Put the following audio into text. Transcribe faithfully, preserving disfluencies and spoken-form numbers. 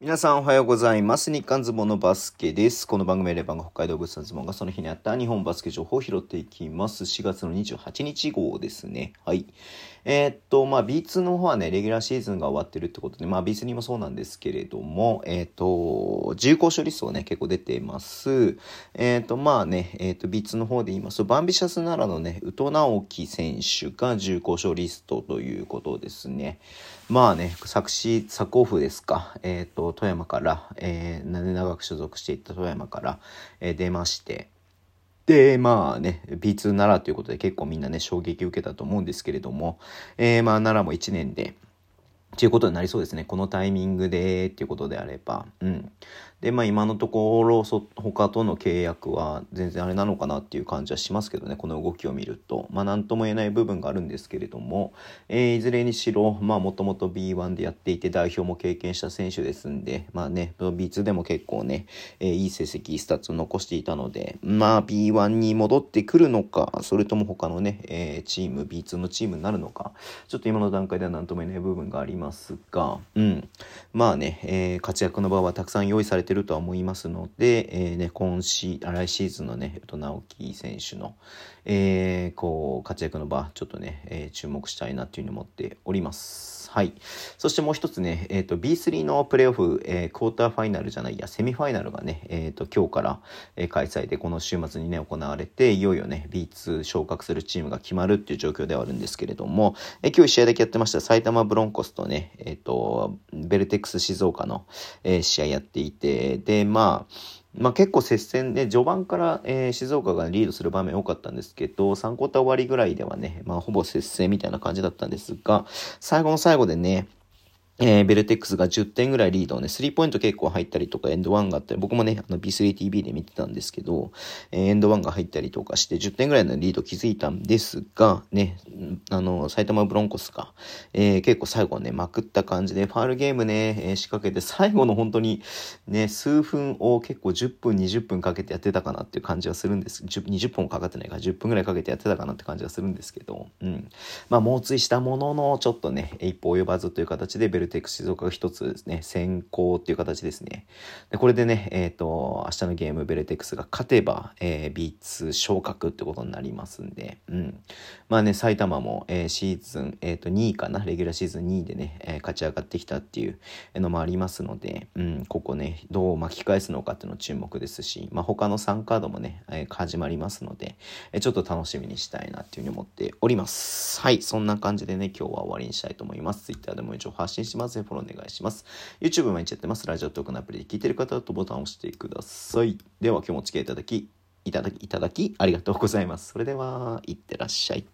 皆さんおはようございます。日刊ズボンのバスケです。この番組はレバンが北海道物産ズボンがその日にあった日本バスケ情報を拾っていきます。しがつのにじゅうはちにち号ですね。はい。えー、っと、まあ ビーツー の方はね、レギュラーシーズンが終わってるってことで、まあ ビースリー もそうなんですけれども、えー、っと、自由交渉リストがね、結構出てます。えー、っと、まあね、えー、っと、ビーツー の方で言いますと、バンビシャスならのね、宇都直樹選手が自由交渉リストということですね。まあね、昨シ昨オフですか、えっと、富山から、えー、長く所属していた富山から、えー、出まして、で、まあね、ビーツー 奈良ということで結構みんなね、衝撃を受けたと思うんですけれども、えー、まあ奈良もいちねんで、っていうことになりそうですね。このタイミングでっていうことであれば。うん。で、まあ今のところ、そ、他との契約は全然あれなのかなっていう感じはしますけどね。この動きを見ると。まあなんとも言えない部分があるんですけれども、えー、いずれにしろ、まあもともと ビーワン でやっていて代表も経験した選手ですんで、まあね、ビーツー でも結構ね、えー、いい成績、スタッツを残していたので、まあ ビーワン に戻ってくるのか、それとも他のね、えー、チーム、ビーツー のチームになるのか、ちょっと今の段階では何とも言えない部分がありますますが、うん。まあね、えー、活躍の場はたくさん用意されているとは思いますので、えー、ね、今シー、来シーズンのね、宇都直樹選手の、えー、こう、活躍の場、ちょっとね、えー、注目したいなというふうに思っております。はい。そしてもう一つね、えっと、ビースリー のプレイオフ、えー、クォーターファイナルじゃないや、セミファイナルがね、えっと、今日から、えー、開催で、この週末にね、行われて、いよいよね、ビーツー 昇格するチームが決まるっていう状況ではあるんですけれども、えー、今日試合だけやってました埼玉ブロンコスとね、えっと、ベルテックス静岡の、えー、試合やっていて、で、まあ、まあ結構接戦で、序盤から、えー、静岡がリードする場面多かったんですけど、さんクォーター終わりぐらいではね、まあほぼ接戦みたいな感じだったんですが、最後の最後でね、えー、ベルテックスがじゅってんぐらいリードをね、スリーポイント結構入ったりとか、エンドワンがあったり、僕もね、あの ビースリーティービー で見てたんですけど、えー、エンドワンが入ったりとかして、じゅってんぐらいのリード築いたんですが、ね、あの、埼玉ブロンコスが、えー、結構最後ね、まくった感じで、ファールゲームね、えー、仕掛けて、最後の本当に、ね、数分を結構じゅっぷん、にじゅっぷんかけてやってたかなっていう感じはするんです。にじゅっぷんもかかってないから、じゅっぷんぐらいかけてやってたかなって感じはするんですけど、うん。まあ、猛追したものの、ちょっとね、一歩及ばずという形で、ベルテックス静岡が一つですね、先行っていう形ですね。で、これでね、えっと、明日のゲーム、ベルテックスが勝てば、えー、ビーツー 昇格ってことになりますんで、うん。まあね、埼玉も、えー、シーズン、えっと、にいかな、レギュラーシーズンにいでね、えー、勝ち上がってきたっていうのもありますので、うん、ここね、どう巻き返すのかっていうの注目ですし、まあ、他のさんカードもね、えー、始まりますので、えー、ちょっと楽しみにしたいなっていうふうに思っております。はい、そんな感じでね、今日は終わりにしたいと思います。Twitter でも一応発信しますので、フォローお願いします。YouTube 毎日やってます。ラジオトークのアプリで聞いてる方はボタンを押してください。では今日もお付き合いいただき、いただき、いただき、ありがとうございます。それでは、いってらっしゃい。